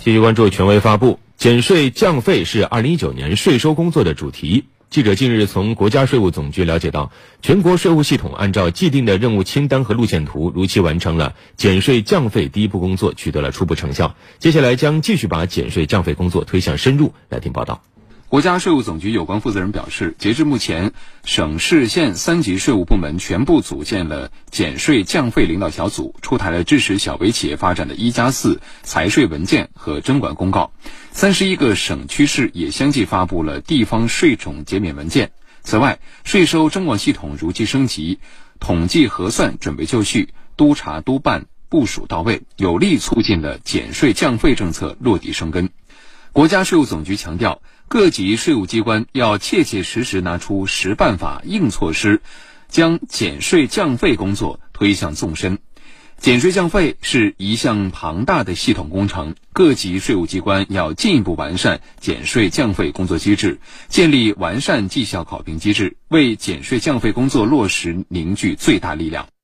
继续关注权威发布，减税降费是2019年税收工作的主题。记者近日从国家税务总局了解到，全国税务系统按照既定的任务清单和路线图，如期完成了减税降费第一步工作，取得了初步成效。接下来将继续把减税降费工作推向深入。来听报道。 国家税务总局有关负责人表示，截至目前，省市县3级税务部门全部组建了减税降费领导小组，出台了支持小微企业发展的1+4财税文件和征管公告。31个省区市也相继发布了地方税种减免文件。此外，税收征管系统如期升级，统计核算准备就绪，督查督办部署到位，有力促进了减税降费政策落地生根。国家税务总局强调，各级税务机关要切切实实拿出实办法、硬措施，将减税降费工作推向纵深。减税降费是一项庞大的系统工程，各级税务机关要进一步完善减税降费工作机制，建立完善绩效考评机制，为减税降费工作落实凝聚最大力量。